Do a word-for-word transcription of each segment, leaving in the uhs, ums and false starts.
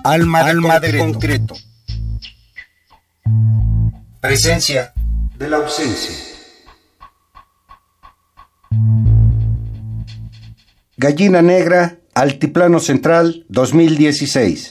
Alma de Alma de concreto. concreto. Presencia de la ausencia. Gallina Negra, Altiplano Central, dos mil dieciséis.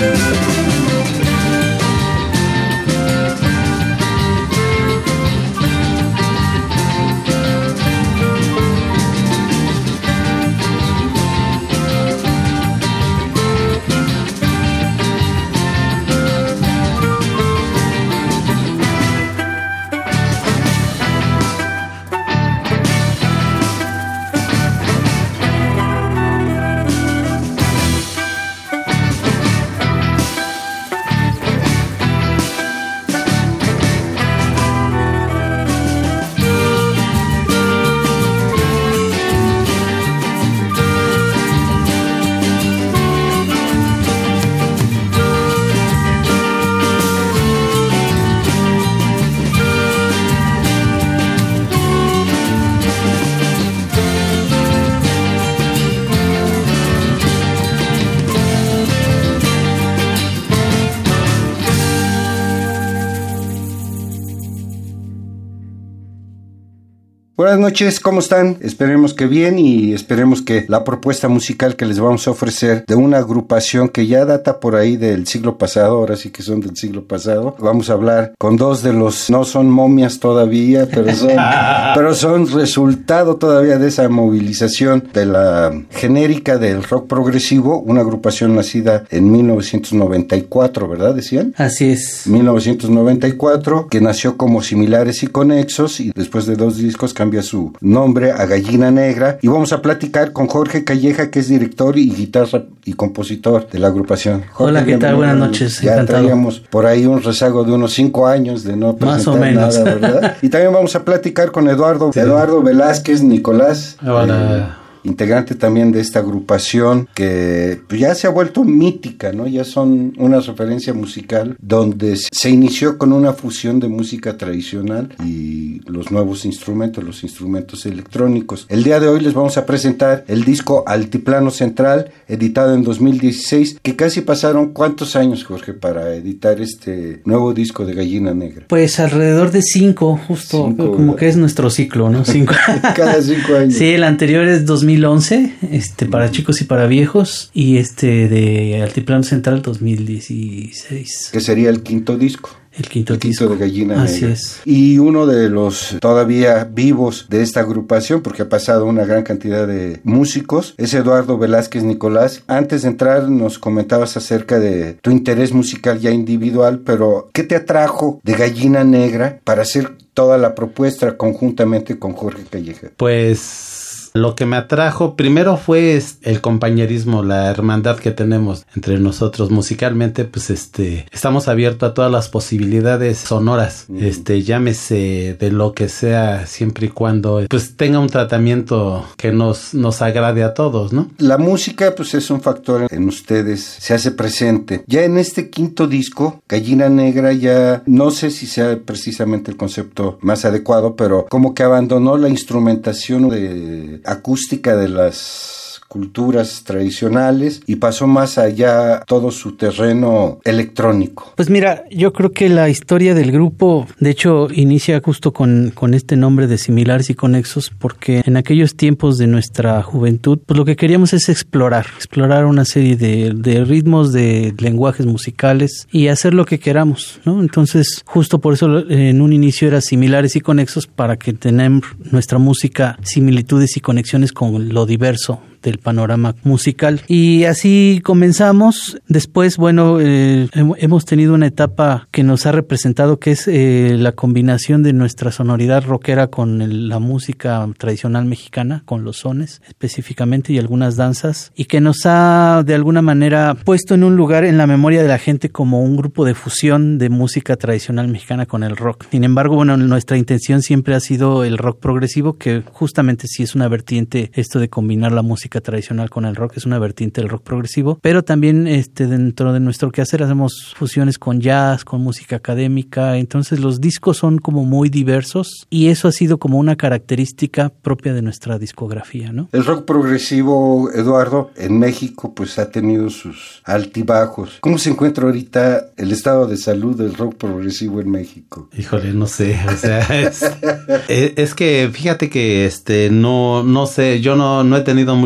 Buenas noches, ¿cómo están? Esperemos que bien y esperemos que la propuesta musical que les vamos a ofrecer de una agrupación que ya data por ahí del siglo pasado, ahora sí que son del siglo pasado. Vamos a hablar con dos de los, no son momias todavía, pero son, pero son resultado todavía de esa movilización de la genérica del rock progresivo, una agrupación nacida en mil novecientos noventa y cuatro, ¿verdad? ¿Decían? Así es. mil novecientos noventa y cuatro, que nació como Similares y Conexos y después de dos discos cambia su nombre a Gallina Negra, y vamos a platicar con Jorge Calleja, que es director y guitarra y compositor de la agrupación. Jorge, hola, ¿qué tal? Buenas noches. Ya encantado. Traíamos por ahí un rezago de unos cinco años de no presentar más o menos nada, ¿verdad? Y también vamos a platicar con Eduardo, sí. Eduardo Velázquez Nicolás. Hola. Eh, integrante también de esta agrupación que ya se ha vuelto mítica, ¿no? Ya son una referencia musical donde se inició con una fusión de música tradicional y los nuevos instrumentos, los instrumentos electrónicos. El día de hoy les vamos a presentar el disco Altiplano Central, editado en dos mil dieciséis, que casi pasaron ¿cuántos años, Jorge, para editar este nuevo disco de Gallina Negra? Pues alrededor de cinco, justo, cinco, como ¿verdad? Que es nuestro ciclo, ¿no? Cinco. Cada cinco años. Sí, el anterior es dos mil once, este, para chicos y para viejos, y este de Altiplano Central dos mil dieciséis. Que sería el quinto disco. El quinto, el quinto disco de Gallina Así Negra. Es. Y uno de los todavía vivos de esta agrupación, porque ha pasado una gran cantidad de músicos, es Eduardo Velázquez Nicolás. Antes de entrar nos comentabas acerca de tu interés musical ya individual, pero ¿qué te atrajo de Gallina Negra para hacer toda la propuesta conjuntamente con Jorge Calleja? Pues lo que me atrajo primero fue el compañerismo, la hermandad que tenemos entre nosotros musicalmente. Pues este estamos abiertos a todas las posibilidades sonoras, mm. este llámese de lo que sea, siempre y cuando pues tenga un tratamiento que nos nos agrade a todos, ¿no? La música pues es un factor en ustedes, se hace presente. Ya en este quinto disco, Gallina Negra, ya no sé si sea precisamente el concepto más adecuado, pero como que abandonó la instrumentación de acústica de las culturas tradicionales y pasó más allá todo su terreno electrónico. Pues mira, yo creo que la historia del grupo, de hecho, inicia justo con, con este nombre de Similares y Conexos, porque en aquellos tiempos de nuestra juventud, pues lo que queríamos es explorar, explorar una serie de, de ritmos, de lenguajes musicales y hacer lo que queramos, ¿no? Entonces, justo por eso en un inicio era Similares y Conexos, para que tenemos nuestra música similitudes y conexiones con lo diverso del panorama musical. Y así comenzamos. Después, bueno, eh, hemos tenido una etapa que nos ha representado, que es eh, la combinación de nuestra sonoridad rockera con el, la música tradicional mexicana, con los sones específicamente y algunas danzas, y que nos ha de alguna manera puesto en un lugar en la memoria de la gente como un grupo de fusión de música tradicional mexicana con el rock. Sin embargo, bueno, nuestra intención siempre ha sido el rock progresivo, que justamente sí es una vertiente, esto de combinar la música tradicional con el rock, es una vertiente del rock progresivo, pero también este dentro de nuestro quehacer hacemos fusiones con jazz, con música académica. Entonces los discos son como muy diversos y eso ha sido como una característica propia de nuestra discografía, ¿no? El rock progresivo, Eduardo, en México pues ha tenido sus altibajos. ¿Cómo se encuentra ahorita el estado de salud del rock progresivo en México? Híjole, no sé, o sea, es, es, es que fíjate que este no no sé, yo no no he tenido mucho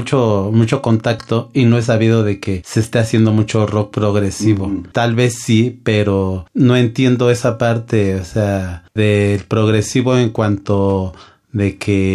mucho, mucho contacto y no he sabido de que se esté haciendo mucho rock progresivo. Uh-huh. Tal vez sí, pero no entiendo esa parte, o sea, del progresivo en cuanto de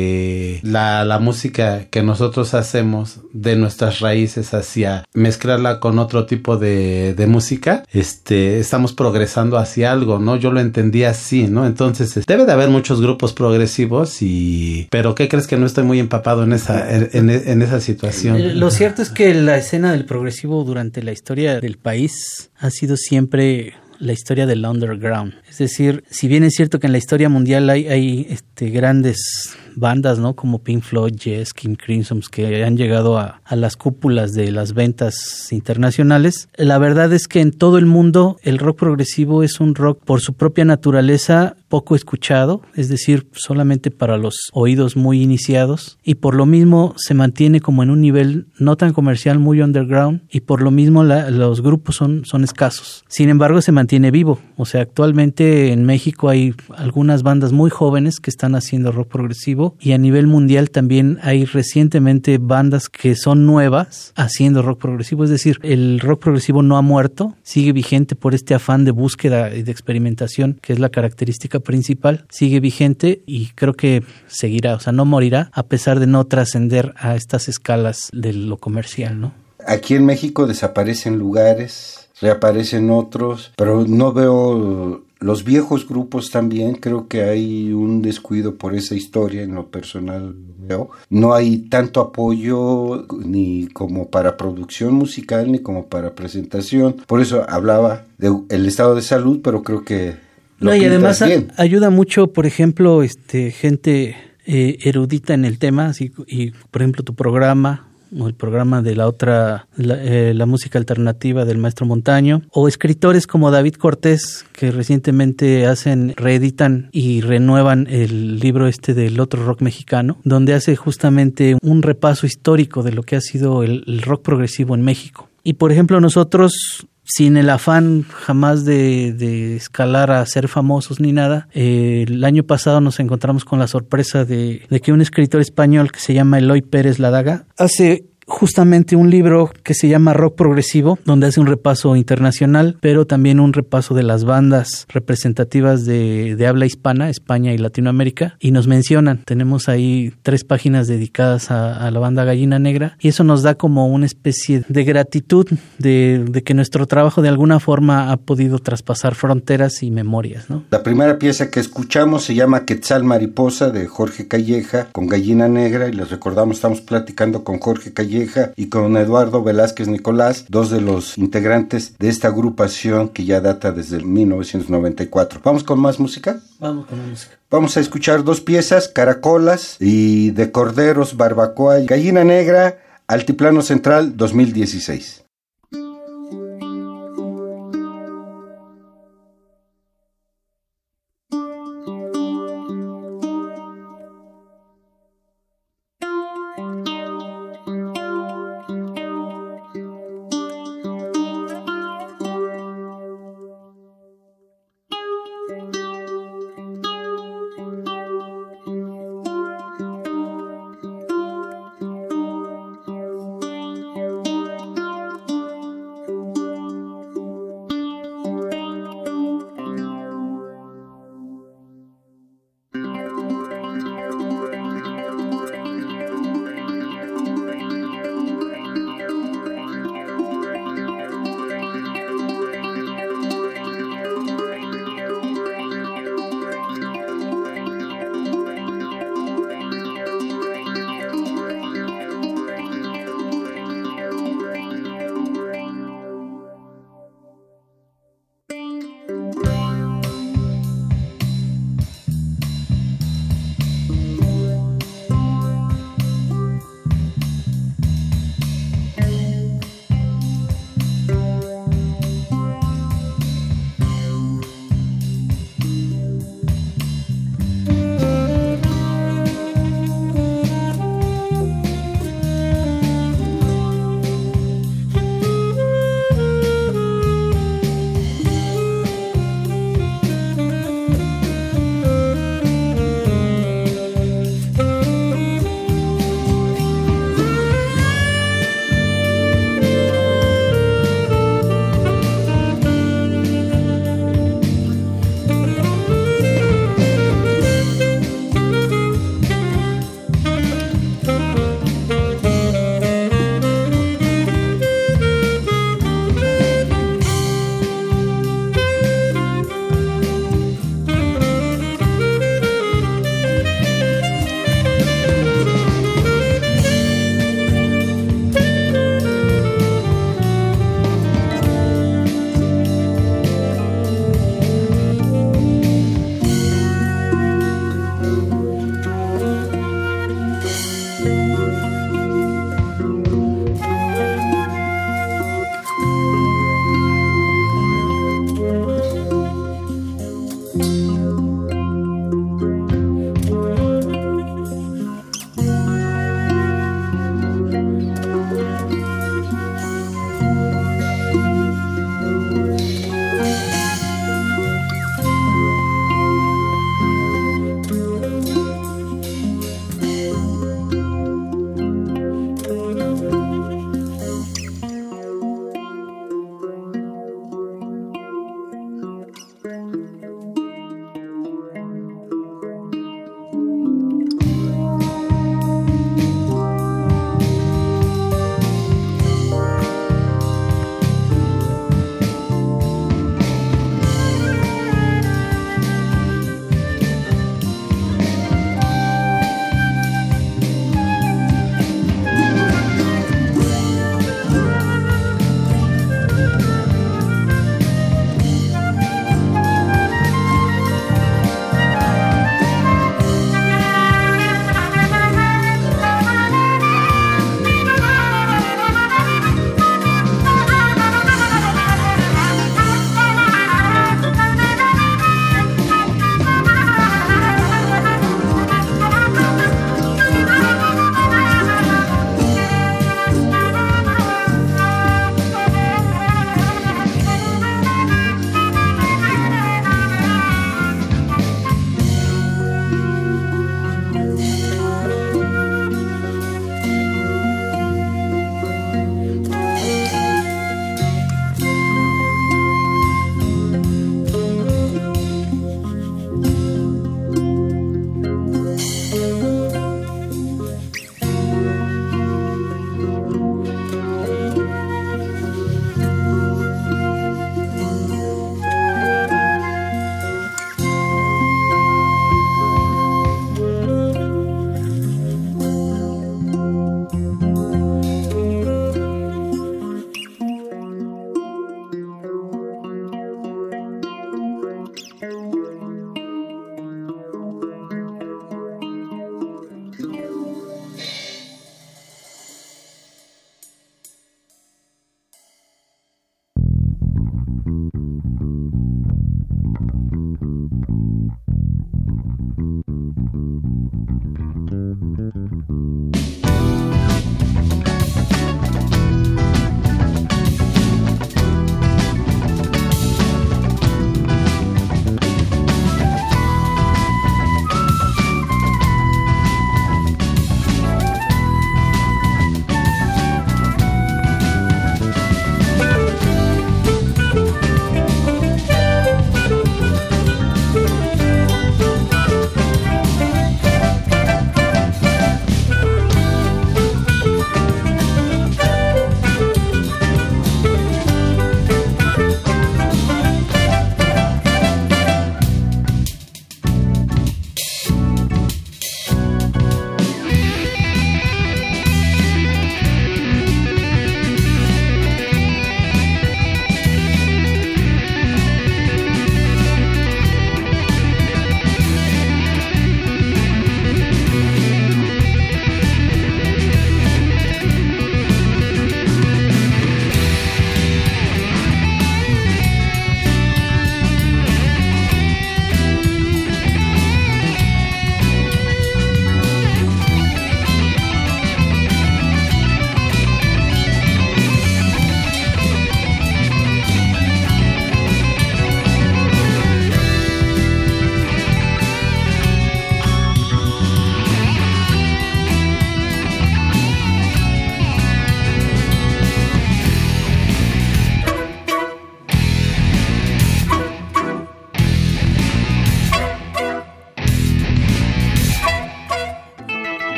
que la, la música que nosotros hacemos de nuestras raíces hacia mezclarla con otro tipo de, de música, este, estamos progresando hacia algo, ¿no? Yo lo entendí así, ¿no? Entonces, debe de haber muchos grupos progresivos y... ¿Pero qué crees que no estoy muy empapado en esa, en, en, en esa situación? Lo cierto es que la escena del progresivo durante la historia del país ha sido siempre... la historia del underground. Es decir, si bien es cierto que en la historia mundial hay, hay este, grandes bandas, ¿no? Como Pink Floyd, Yes, King Crimson, que han llegado a, a las cúpulas de las ventas internacionales, la verdad es que en todo el mundo el rock progresivo es un rock por su propia naturaleza poco escuchado, es decir, solamente para los oídos muy iniciados, y por lo mismo se mantiene como en un nivel no tan comercial, muy underground, y por lo mismo la, los grupos son, son escasos. Sin embargo, se mantiene vivo. O sea, actualmente en México hay algunas bandas muy jóvenes que están haciendo rock progresivo, y a nivel mundial también hay recientemente bandas que son nuevas haciendo rock progresivo. Es decir, el rock progresivo no ha muerto, sigue vigente por este afán de búsqueda y de experimentación que es la característica principal, sigue vigente y creo que seguirá, o sea, no morirá a pesar de no trascender a estas escalas de lo comercial, ¿no? Aquí en México desaparecen lugares, reaparecen otros, pero no veo los viejos grupos también. Creo que hay un descuido por esa historia, en lo personal veo. No hay tanto apoyo ni como para producción musical ni como para presentación. Por eso hablaba del estado de salud, pero creo que Lo no, y además a, ayuda mucho, por ejemplo, este gente eh, erudita en el tema, así, y por ejemplo tu programa o el programa de la otra, la, eh, la música alternativa del maestro Montaño, o escritores como David Cortés, que recientemente hacen, reeditan y renuevan el libro este del otro rock mexicano, donde hace justamente un repaso histórico de lo que ha sido el, el rock progresivo en México. Y por ejemplo nosotros, sin el afán jamás de, de escalar a ser famosos ni nada, eh, el año pasado nos encontramos con la sorpresa de, de que un escritor español que se llama Eloy Pérez Ladaga hace justamente un libro que se llama Rock Progresivo, donde hace un repaso internacional, pero también un repaso de las bandas representativas de, de habla hispana, España y Latinoamérica, y nos mencionan. Tenemos ahí tres páginas dedicadas a, a la banda Gallina Negra, y eso nos da como una especie de gratitud de, de que nuestro trabajo de alguna forma ha podido traspasar fronteras y memorias, ¿no? La primera pieza que escuchamos se llama Quetzal Mariposa, de Jorge Calleja, con Gallina Negra, y les recordamos, estamos platicando con Jorge Calleja y con Eduardo Velázquez Nicolás, dos de los integrantes de esta agrupación que ya data desde mil novecientos noventa y cuatro. ¿Vamos con más música? Vamos con más música. Vamos a escuchar dos piezas, Caracolas y De Corderos, Barbacoa y Gallina Negra, Altiplano Central dos mil dieciséis.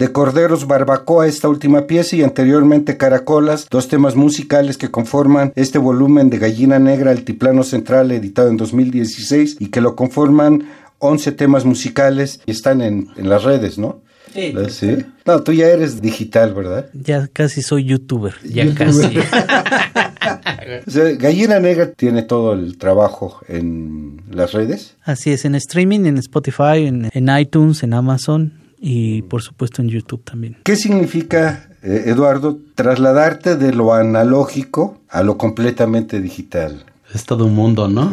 de Corderos Barbacoa, esta última pieza, y anteriormente Caracolas, dos temas musicales que conforman este volumen de Gallina Negra, Altiplano Central, editado en dos mil dieciséis, y que lo conforman once temas musicales y están en, en las redes, ¿no? Sí. ¿Sí? No, tú ya eres digital, ¿verdad? Ya casi soy youtuber, ya YouTuber. casi. O sea, Gallina Negra tiene todo el trabajo en las redes. Así es, en streaming, en Spotify, en, en iTunes, en Amazon y por supuesto en YouTube también. ¿Qué significa, eh, Eduardo, trasladarte de lo analógico a lo completamente digital? Es todo un mundo, ¿no?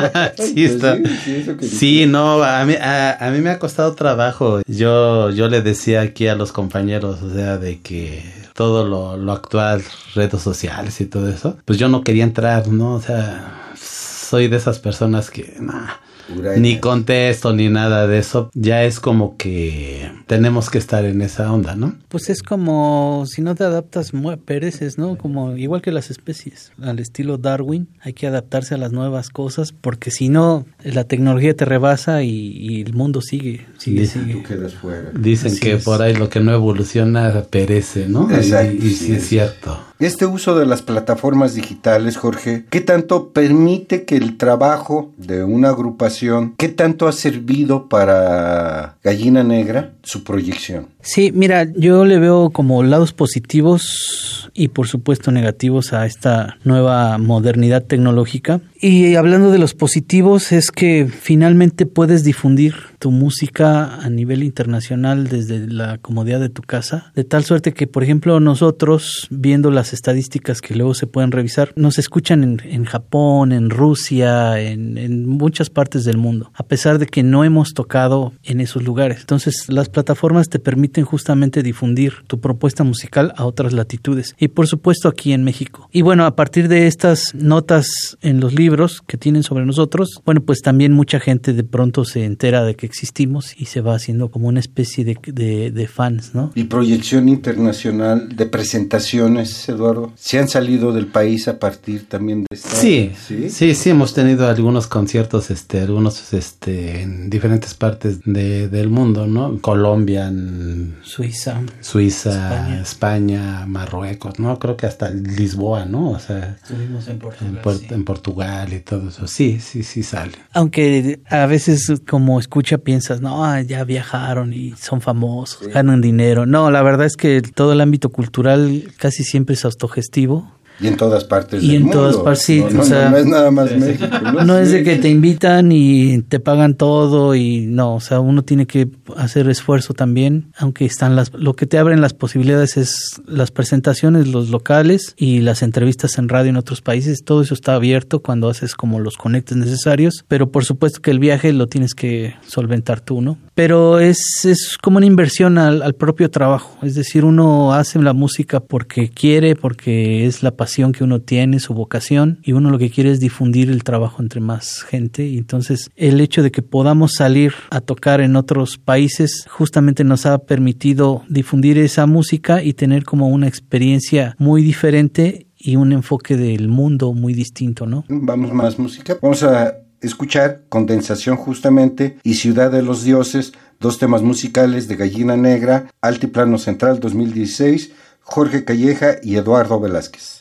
sí, está. Sí, sí, eso que sí, no, a mí, a, a mí me ha costado trabajo. Yo, yo le decía aquí a los compañeros, o sea, de que todo lo, lo actual, redes sociales y todo eso, pues yo no quería entrar, ¿no? O sea, soy de esas personas que, nah, ni contesto ni nada de eso. Ya es como que tenemos que estar en esa onda, ¿no? Pues es como si no te adaptas, pereces, ¿no? Como igual que las especies, al estilo Darwin, hay que adaptarse a las nuevas cosas porque si no la tecnología te rebasa y, y el mundo sigue, sigue, sí, sigue. Tú quedas fuera. Dicen Así que es. Por ahí lo que no evoluciona perece, ¿no? Exacto. Y, y sí, sí es cierto. Este uso de las plataformas digitales, Jorge, ¿qué tanto permite que el trabajo de una agrupación, qué tanto ha servido para Gallina Negra su proyección? Sí, mira, yo le veo como lados positivos y por supuesto negativos a esta nueva modernidad tecnológica. Y hablando de los positivos es que finalmente puedes difundir tu música a nivel internacional desde la comodidad de tu casa, de tal suerte que, por ejemplo, nosotros, viendo las estadísticas que luego se pueden revisar, nos escuchan en, en Japón, en Rusia, en, en muchas partes del mundo, a pesar de que no hemos tocado en esos lugares. Entonces, las plataformas te permiten justamente difundir tu propuesta musical a otras latitudes y, por supuesto, aquí en México. Y bueno, a partir de estas notas en los libros que tienen sobre nosotros, bueno, pues también mucha gente de pronto se entera de que existimos y se va haciendo como una especie de, de, de fans, ¿no? Y proyección internacional de presentaciones, Eduardo, ¿se han salido del país a partir también de esta? Sí, sí, sí, sí, hemos tenido algunos conciertos, este, algunos, este, en diferentes partes de, del mundo, ¿no? Colombia, en Suiza, Suiza, España. España, Marruecos, ¿no? Creo que hasta Lisboa, ¿no? O sea, estuvimos en Portugal, en, Puer- sí. en Portugal y todo eso. Sí, sí, sí sale. Aunque a veces como escucha piensas, no, ya viajaron y son famosos, sí, ganan dinero. No, la verdad es que todo el ámbito cultural casi siempre es autogestivo. Y en todas partes y del en mundo. todas partes, sí, no, no, o sea, no, no es nada más México. No, no sí, es de que te invitan y te pagan todo y no, o sea, uno tiene que hacer esfuerzo también, aunque están las, lo que te abren las posibilidades es las presentaciones, los locales y las entrevistas en radio en otros países, todo eso está abierto cuando haces como los conectes necesarios, pero por supuesto que el viaje lo tienes que solventar tú, ¿no? Pero es, es como una inversión al, al propio trabajo, es decir, uno hace la música porque quiere, porque es la pasión que uno tiene, su vocación, y uno lo que quiere es difundir el trabajo entre más gente, y entonces el hecho de que podamos salir a tocar en otros países justamente nos ha permitido difundir esa música y tener como una experiencia muy diferente y un enfoque del mundo muy distinto, ¿no? Vamos más música. Vamos a escuchar Condensación justamente y Ciudad de los Dioses, dos temas musicales de Gallina Negra, Altiplano Central dos mil dieciséis, Jorge Calleja y Eduardo Velázquez.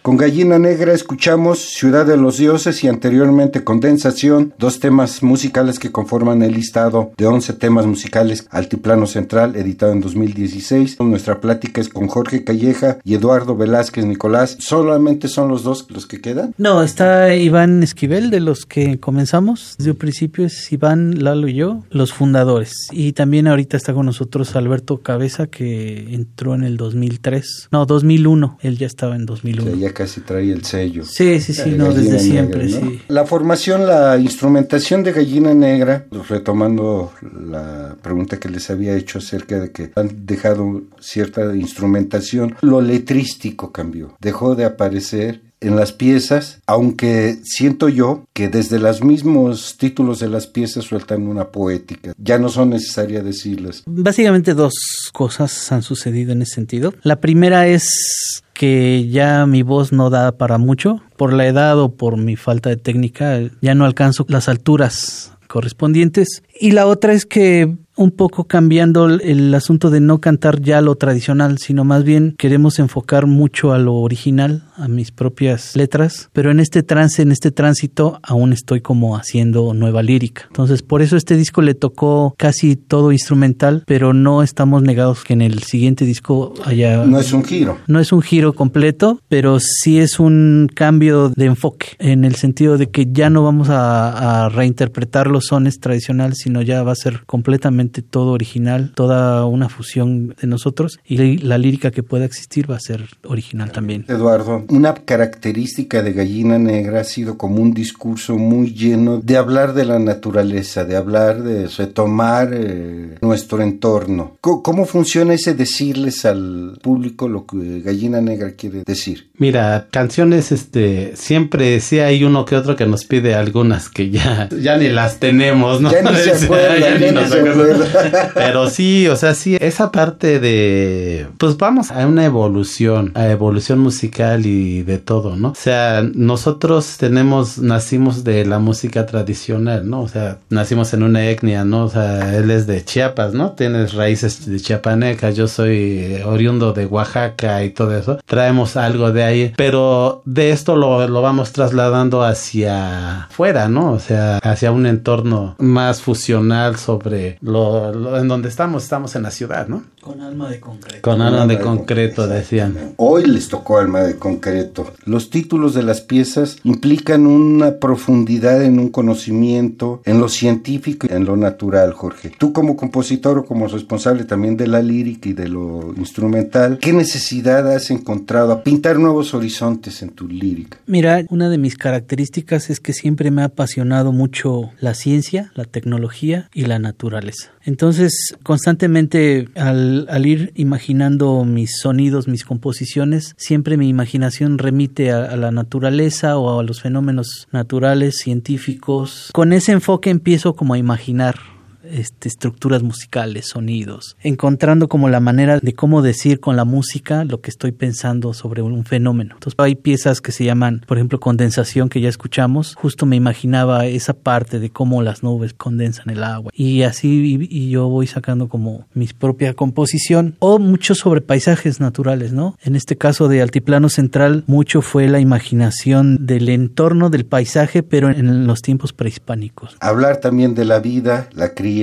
Con Gallina Negra escuchamos Ciudad de los Dioses y anteriormente Condensación, dos temas musicales que conforman el listado de once temas musicales Altiplano Central, editado en dos mil dieciséis. Nuestra plática es con Jorge Calleja y Eduardo Velázquez Nicolás. ¿Solamente son los dos los que quedan? No, está Iván Esquivel, de los que comenzamos. Desde el principio es Iván, Lalo y yo, los fundadores. Y también ahorita está con nosotros Alberto Cabeza, que entró en el dos mil tres. No, dos mil uno. Él ya estaba en dos mil uno. O sea, ya casi trae el sello. Sí, sí, sí, no, desde siempre, negra, ¿no? Sí. La formación, la instrumentación de Gallina Negra, retomando la pregunta que les había hecho acerca de que han dejado cierta instrumentación, lo letrístico cambió, dejó de aparecer en las piezas, aunque siento yo que desde los mismos títulos de las piezas sueltan una poética, ya no son necesarias decirlas. Básicamente dos cosas han sucedido en ese sentido. La primera es que ya mi voz no da para mucho, por la edad o por mi falta de técnica, ya no alcanzo las alturas correspondientes. Y la otra es que un poco cambiando el asunto de no cantar ya lo tradicional, sino más bien queremos enfocar mucho a lo original, a mis propias letras, pero en este trance, en este tránsito, aún estoy como haciendo nueva lírica. Entonces, por eso este disco le tocó casi todo instrumental, pero no estamos negados que en el siguiente disco haya... No es un giro. No es un giro completo, pero sí es un cambio de enfoque, en el sentido de que ya no vamos a, a reinterpretar los sones tradicionales, sino ya va a ser completamente todo original, toda una fusión de nosotros, y la lírica que pueda existir va a ser original también. Eduardo, una característica de Gallina Negra ha sido como un discurso muy lleno de hablar de la naturaleza, de hablar de retomar eh, nuestro entorno. ¿Cómo, ¿Cómo funciona ese decirles al público lo que Gallina Negra quiere decir? Mira, canciones, este, siempre sí hay uno que otro que nos pide algunas que ya, ya ni las tenemos, ¿no? Ya ni se acuerdan, ya, ya ni se acuerdan. Pero sí, o sea, sí, esa parte de, pues vamos a una evolución, a evolución musical y de todo, ¿no? O sea, nosotros tenemos, nacimos de la música tradicional, ¿no? O sea, nacimos en una etnia, ¿no? O sea, él es de Chiapas, ¿no? Tienes raíces de chiapanecas, yo soy oriundo de Oaxaca y todo eso. Traemos algo de ahí, pero de esto lo, lo vamos trasladando hacia fuera, ¿no? O sea, hacia un entorno más fusional sobre lo Lo, lo, en donde estamos, estamos en la ciudad, ¿no? Con alma de concreto. Con alma, alma de, de concreto, concreto decían. Hoy les tocó alma de concreto. Los títulos de las piezas implican una profundidad en un conocimiento, en lo científico y en lo natural, Jorge. Tú como compositor o como responsable también de la lírica y de lo instrumental, ¿qué necesidad has encontrado a pintar nuevos horizontes en tu lírica? Mira, una de mis características es que siempre me ha apasionado mucho la ciencia, la tecnología y la naturaleza. Entonces, constantemente al, al ir imaginando mis sonidos, mis composiciones, siempre mi imaginación remite a, a la naturaleza o a los fenómenos naturales, científicos. Con ese enfoque empiezo como a imaginar Este, estructuras musicales, sonidos, encontrando como la manera de cómo decir con la música lo que estoy pensando sobre un fenómeno. Entonces hay piezas que se llaman, por ejemplo, Condensación, que ya escuchamos. Justo me imaginaba esa parte de cómo las nubes condensan el agua, y así y, y yo voy sacando como mi propia composición, o mucho sobre paisajes naturales, ¿no? En este caso de Altiplano Central, mucho fue la imaginación del entorno del paisaje, pero en los tiempos prehispánicos. Hablar también de la vida, la cría,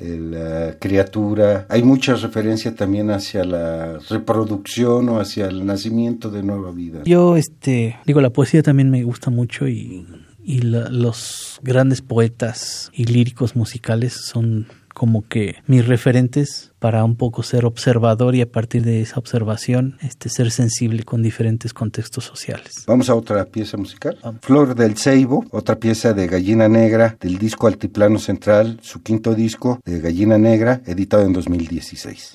la criatura. Hay mucha referencia también hacia la reproducción o hacia el nacimiento de nueva vida. Yo, este, digo, la poesía también me gusta mucho, y, y la, los grandes poetas y líricos musicales son como que mis referentes para un poco ser observador, y a partir de esa observación este, ser sensible con diferentes contextos sociales. Vamos a otra pieza musical. Vamos. Flor del Ceibo, otra pieza de Gallina Negra, del disco Altiplano Central, su quinto disco de Gallina Negra, editado en dos mil dieciséis.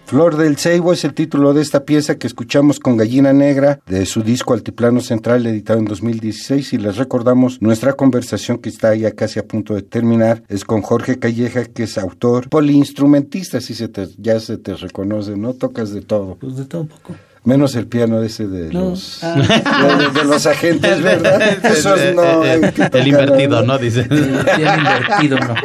Flor del Ceibo es el título de esta pieza que escuchamos con Gallina Negra de su disco Altiplano Central, editado en dos mil dieciséis, y les recordamos nuestra conversación que está ya casi a punto de terminar, es con Jorge Calleja, que es autor, poliinstrumentista, si se te, ya se te reconoce, ¿no? Tocas de todo. Pues de todo un poco. Menos el piano ese de no. los ah. de, de los agentes, ¿verdad? Esos no. El, el, el invertido, ¿no? Dice. El piano invertido, no.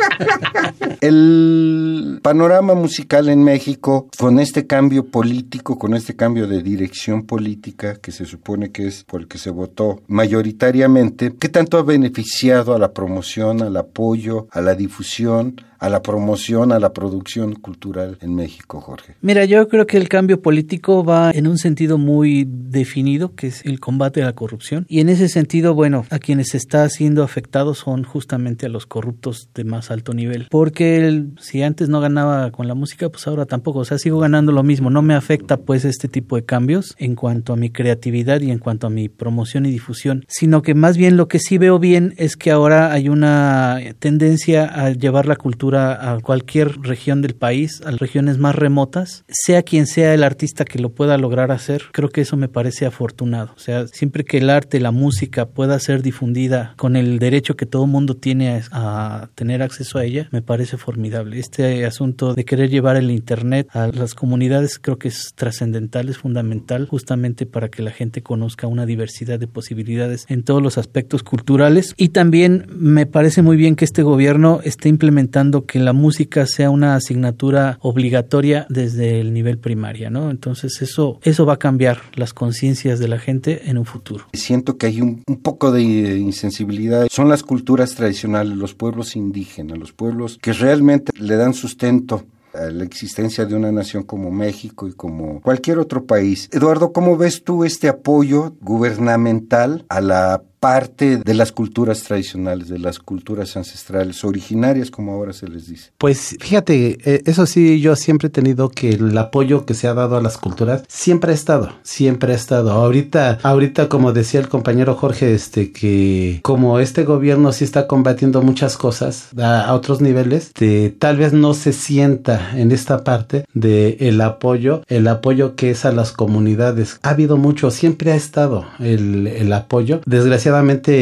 El panorama musical en México, con este cambio político, con este cambio de dirección política, que se supone que es por el que se votó mayoritariamente, ¿qué tanto ha beneficiado a la promoción, al apoyo, a la difusión, a la promoción, a la producción cultural en México, Jorge? Mira, yo creo que el cambio político va en un sentido muy definido, que es el combate a la corrupción. Y en ese sentido, bueno, a quienes se está siendo afectados son justamente a los corruptos de más alto nivel. Porque el, si antes no ganaba con la música, pues ahora tampoco. O sea, sigo ganando lo mismo. No me afecta pues este tipo de cambios en cuanto a mi creatividad y en cuanto a mi promoción y difusión. Sino que más bien lo que sí veo bien es que ahora hay una tendencia a llevar la cultura a cualquier región del país, a las regiones más remotas, sea quien sea el artista que lo pueda lograr hacer. Creo que eso me parece afortunado. O sea, siempre que el arte, la música pueda ser difundida con el derecho que todo mundo tiene a, a tener acceso a ella, me parece formidable. Este asunto de querer llevar el internet a las comunidades creo que es trascendental, es fundamental, justamente para que la gente conozca una diversidad de posibilidades en todos los aspectos culturales. Y también me parece muy bien que este gobierno esté implementando que la música sea una asignatura obligatoria desde el nivel primaria, ¿no? Entonces eso, eso va a cambiar las conciencias de la gente en un futuro. Siento que hay un, un poco de insensibilidad. Son las culturas tradicionales, los pueblos indígenas, los pueblos que realmente le dan sustento a la existencia de una nación como México y como cualquier otro país. Eduardo, ¿cómo ves tú este apoyo gubernamental a la parte de las culturas tradicionales, de las culturas ancestrales, originarias, como ahora se les dice? Pues fíjate, eh, eso sí, yo siempre he tenido que el apoyo que se ha dado a las culturas siempre ha estado, siempre ha estado. Ahorita, ahorita como decía el compañero Jorge, este que como este gobierno sí está combatiendo muchas cosas a, a otros niveles, de, tal vez no se sienta en esta parte de el apoyo, el apoyo que es a las comunidades. Ha habido mucho, siempre ha estado el, el apoyo. Desgraciadamente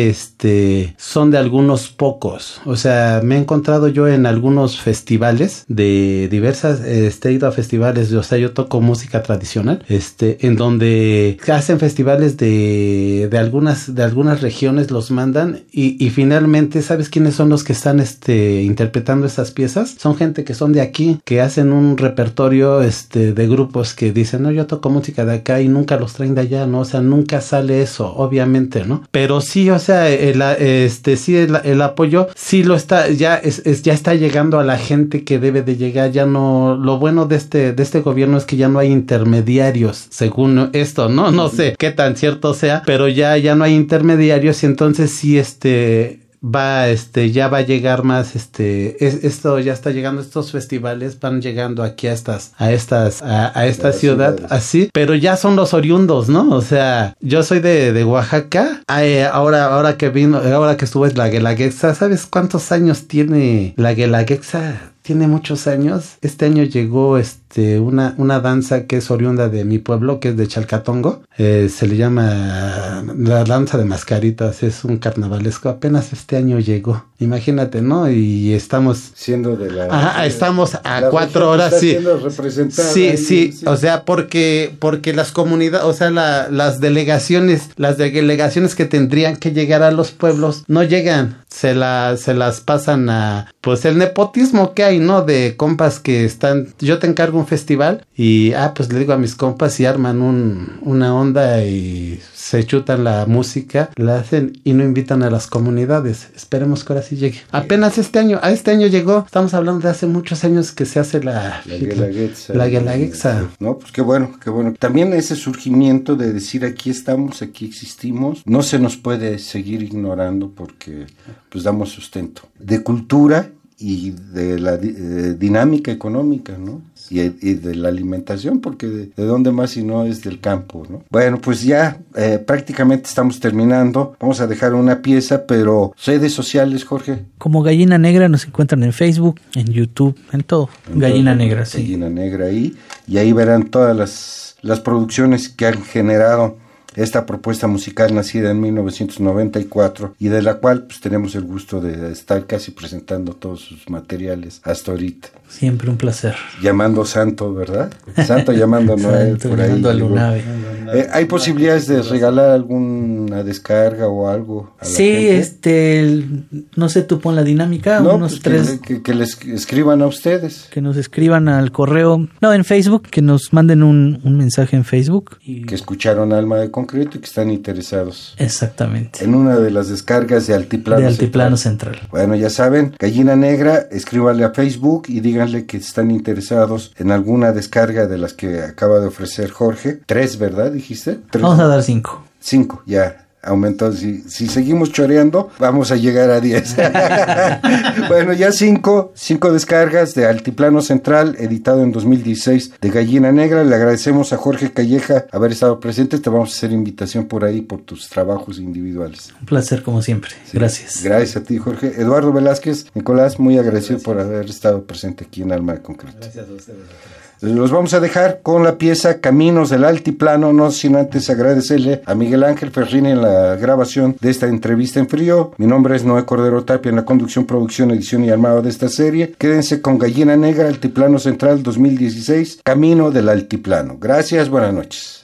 este son de algunos pocos. O sea, me he encontrado yo en algunos festivales de diversas, este, he ido a festivales, o sea, yo toco música tradicional, este, en donde hacen festivales de, de algunas, de algunas regiones, los mandan y, y finalmente, ¿sabes quiénes son los que están este, interpretando estas piezas? Son gente que son de aquí, que hacen un repertorio este, de grupos que dicen, no, yo toco música de acá y nunca los traen de allá, ¿no? O sea, nunca sale eso, obviamente, ¿no? Pero sí, o sea, el, este, sí, el, el apoyo sí lo está, ya es, es, ya está llegando a la gente que debe de llegar. Ya no, lo bueno de este, de este gobierno es que ya no hay intermediarios, según esto, no, no sé qué tan cierto sea, pero ya, ya no hay intermediarios y entonces sí, este, va, este, ya va a llegar más, este, es, esto ya está llegando, estos festivales van llegando aquí a estas, a estas, a, a esta ciudad, ciudades. Así, pero ya son los oriundos, ¿no? O sea, yo soy de, de Oaxaca, Ay, ahora, ahora que vino, ahora que estuve en la Guelaguetza, ¿sabes cuántos años tiene la Guelaguetza? Tiene muchos años. Este año llegó este una, una danza que es oriunda de mi pueblo, que es de Chalcatongo. Eh, se le llama la danza de mascaritas. Es un carnavalesco. Apenas este año llegó. Imagínate, ¿no? Y estamos... Siendo de la... Ajá, estamos a cuatro horas, sí. Sí, ahí, sí, sí. O sea, porque, porque las comunidades, o sea, la, las delegaciones, las delegaciones que tendrían que llegar a los pueblos, no llegan. Se, la, se las pasan a... Pues el nepotismo que hay, ¿no? De compas que están, yo te encargo un festival y, ah, pues le digo a mis compas y arman un, una onda y se chutan la música, la hacen y no invitan a las comunidades. Esperemos que ahora sí llegue. Apenas este año, a este año llegó, estamos hablando de hace muchos años que se hace la... La Guelaguetza. La Guelaguetza. No, pues qué bueno, qué bueno. También ese surgimiento de decir aquí estamos, aquí existimos, no se nos puede seguir ignorando porque pues damos sustento. De cultura y de la eh, dinámica económica, ¿no? Y, y de la alimentación, porque de, de dónde más si no es del campo, ¿no? Bueno, pues ya eh, prácticamente estamos terminando. Vamos a dejar una pieza, pero redes sociales, Jorge. Como Gallina Negra nos encuentran en Facebook, en YouTube, en todo. En Gallina todo, Negra, sí. Gallina Negra ahí. y ahí verán todas las, las producciones que han generado esta propuesta musical nacida en mil novecientos noventa y cuatro y de la cual pues tenemos el gusto de estar casi presentando todos sus materiales hasta ahorita. Siempre un placer. Llamando Santo, ¿verdad? Santo llamando a Noel. Santo, por ahí, llamando a Lunave. Eh, ¿Hay posibilidades de regalar alguna descarga o algo a la Sí, gente? este, el- no sé, tú pon la dinámica, No, unos pues tres... que, que- que les escriban a ustedes. Que nos escriban al correo, no, en Facebook, que nos manden un, un mensaje en Facebook. Y... Que escucharon Alma de Concreto y que están interesados Exactamente. en una de las descargas de Altiplano De Altiplano Central. Central. Bueno, ya saben, Gallina Negra, escríbanle a Facebook y díganle que están interesados en alguna descarga de las que acaba de ofrecer Jorge. Tres, ¿verdad? ¿Dijiste? Tres. Vamos a dar cinco. Cinco, ya. Aumentó. Si, si seguimos choreando, vamos a llegar a diez. Bueno, ya cinco, cinco descargas de Altiplano Central, editado en dos mil dieciséis, de Gallina Negra. Le agradecemos a Jorge Calleja haber estado presente. Te vamos a hacer invitación por ahí por tus trabajos individuales. Un placer como siempre. Sí. Gracias. Gracias a ti, Jorge. Eduardo Velázquez, Nicolás, muy agradecido Gracias. por haber estado presente aquí en Alma de Concreto. Gracias a ustedes. Los vamos a dejar con la pieza Caminos del Altiplano, no sin antes agradecerle a Miguel Ángel Ferrini en la grabación de esta entrevista en frío. Mi nombre es Noé Cordero Tapia en la conducción, producción, edición y armado de esta serie. Quédense con Gallina Negra, Altiplano Central dos mil dieciséis, Camino del Altiplano. Gracias, buenas noches.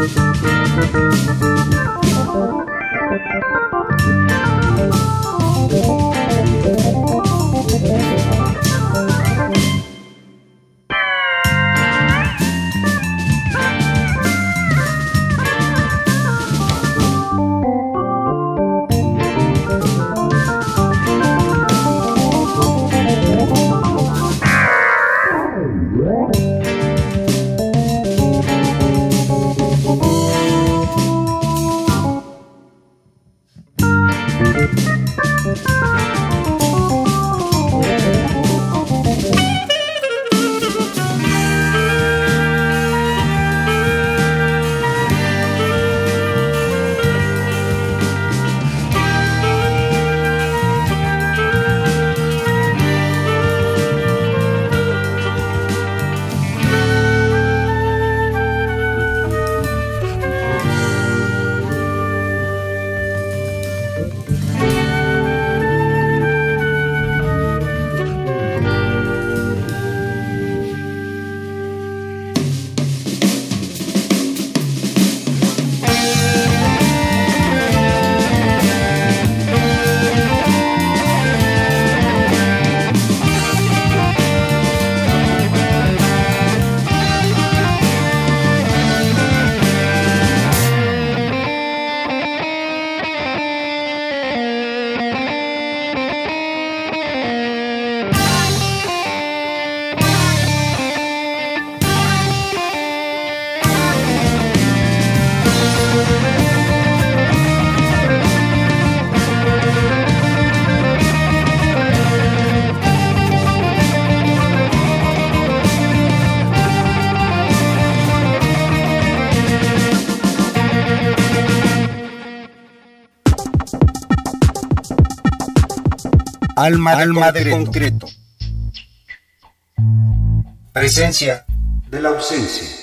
Alma de, Alma de concreto. Presencia de la ausencia.